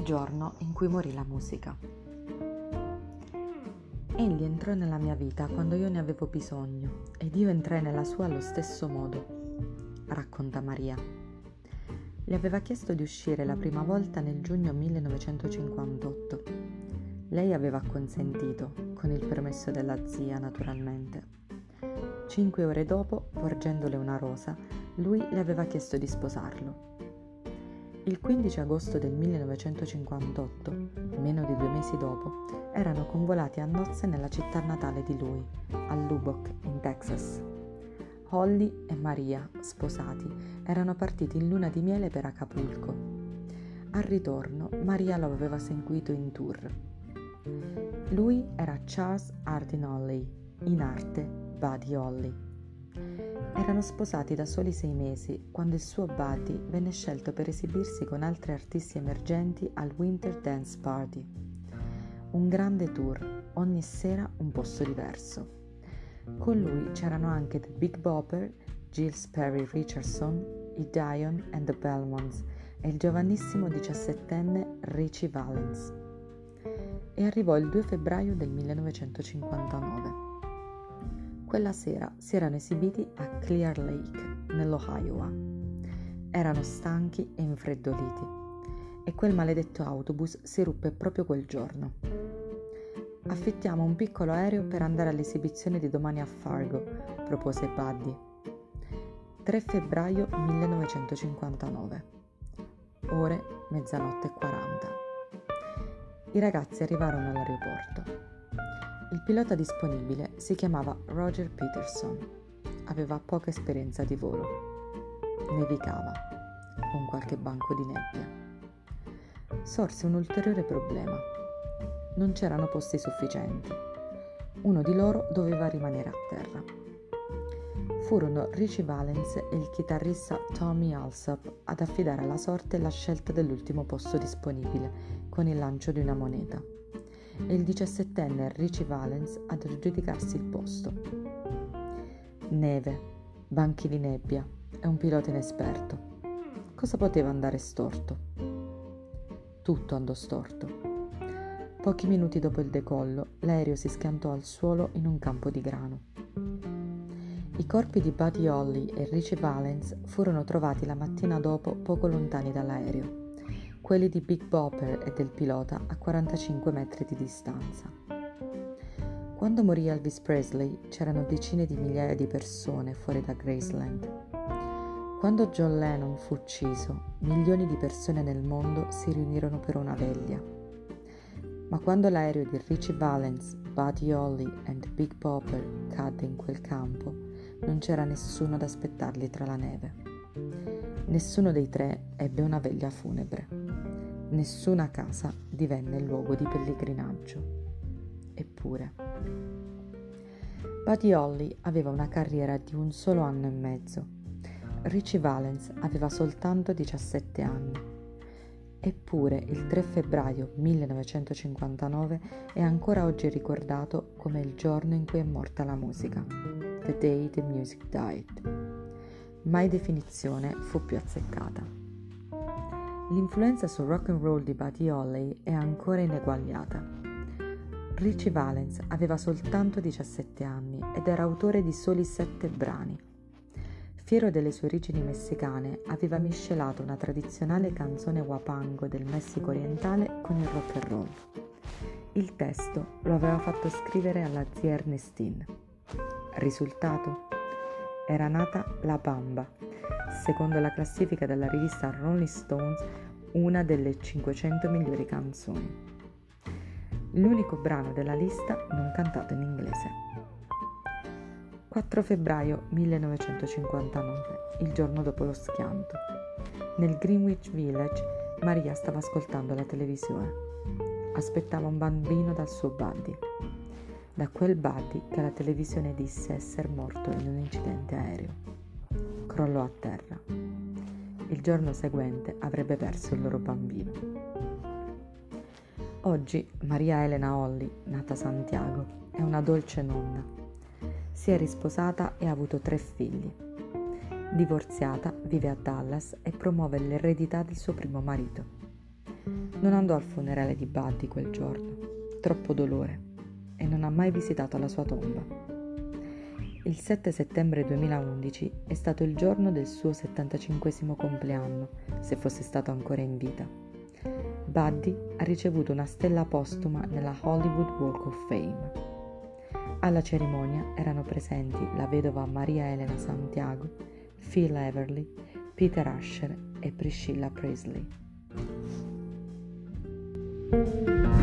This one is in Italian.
giorno in cui morì la musica. Egli entrò nella mia vita quando io ne avevo bisogno ed io entrai nella sua allo stesso modo, racconta Maria. Le aveva chiesto di uscire la prima volta nel giugno 1958. Lei aveva acconsentito, con il permesso della zia naturalmente. 5 ore dopo, porgendole una rosa, lui le aveva chiesto di sposarlo. Il 15 agosto del 1958, meno di 2 mesi dopo, erano convolati a nozze nella città natale di lui, a Lubbock, in Texas. Holly e Maria, sposati, erano partiti in luna di miele per Acapulco. Al ritorno, Maria lo aveva seguito in tour. Lui era Charles Hardin Holly, in arte Buddy Holly. Erano sposati da soli 6 mesi quando il suo Buddy venne scelto per esibirsi con altri artisti emergenti al Winter Dance Party. Un grande tour, ogni sera un posto diverso. Con lui c'erano anche The Big Bopper, Giles Perry Richardson, i Dion and the Belmonts e il giovanissimo 17enne Ritchie Valens. E arrivò il 2 febbraio del 1959. Quella sera si erano esibiti a Clear Lake, nell'Iowa. Erano stanchi e infreddoliti e quel maledetto autobus si ruppe proprio quel giorno. Affittiamo un piccolo aereo per andare all'esibizione di domani a Fargo, propose Buddy. 3 febbraio 1959. Ore 00:40. I ragazzi arrivarono all'aeroporto. Il pilota disponibile si chiamava Roger Peterson. Aveva poca esperienza di volo. Nevicava, con qualche banco di nebbia. Sorse un ulteriore problema. Non c'erano posti sufficienti. Uno di loro doveva rimanere a terra. Furono Ritchie Valens e il chitarrista Tommy Allsop ad affidare alla sorte la scelta dell'ultimo posto disponibile con il lancio di una moneta e il 17enne Ritchie Valens ad aggiudicarsi il posto. Neve, banchi di nebbia e un pilota inesperto. Cosa poteva andare storto? Tutto andò storto. Pochi minuti dopo il decollo, l'aereo si schiantò al suolo in un campo di grano. I corpi di Buddy Holly e Ritchie Valens furono trovati la mattina dopo poco lontani dall'aereo, quelli di Big Bopper e del pilota a 45 metri di distanza. Quando morì Elvis Presley c'erano decine di migliaia di persone fuori da Graceland. Quando John Lennon fu ucciso, milioni di persone nel mondo si riunirono per una veglia. Ma quando l'aereo di Ritchie Valens, Buddy Holly e Big Bopper cadde in quel campo, non c'era nessuno ad aspettarli tra la neve. Nessuno dei tre ebbe una veglia funebre. Nessuna casa divenne luogo di pellegrinaggio. Eppure. Buddy Holly aveva una carriera di un solo anno e mezzo. Ritchie Valens aveva soltanto 17 anni. Eppure il 3 febbraio 1959 è ancora oggi ricordato come il giorno in cui è morta la musica. The day the music died. Mai definizione fu più azzeccata. L'influenza sul rock and roll di Buddy Holly è ancora ineguagliata. Ritchie Valens aveva soltanto 17 anni ed era autore di soli 7 brani. Fiero delle sue origini messicane, aveva miscelato una tradizionale canzone huapango del Messico orientale con il rock and roll. Il testo lo aveva fatto scrivere alla zia Ernestine. Risultato? Era nata La Bamba, secondo la classifica della rivista Rolling Stones, una delle 500 migliori canzoni. L'unico brano della lista non cantato in inglese. 4 febbraio 1959, il giorno dopo lo schianto. Nel Greenwich Village, Maria stava ascoltando la televisione. Aspettava un bambino dal suo Buddy. Da quel Buddy che la televisione disse essere morto in un incidente aereo. Crollò a terra. Il giorno seguente avrebbe perso il loro bambino. Oggi Maria Elena Holly, nata Santiago, è una dolce nonna. Si è risposata e ha avuto 3 figli. Divorziata, vive a Dallas e promuove l'eredità del suo primo marito. Non andò al funerale di Buddy quel giorno, troppo dolore, e non ha mai visitato la sua tomba. Il 7 settembre 2011 è stato il giorno del suo 75esimo compleanno, se fosse stato ancora in vita. Buddy ha ricevuto una stella postuma nella Hollywood Walk of Fame. Alla cerimonia erano presenti la vedova Maria Elena Santiago, Phil Everly, Peter Asher e Priscilla Presley.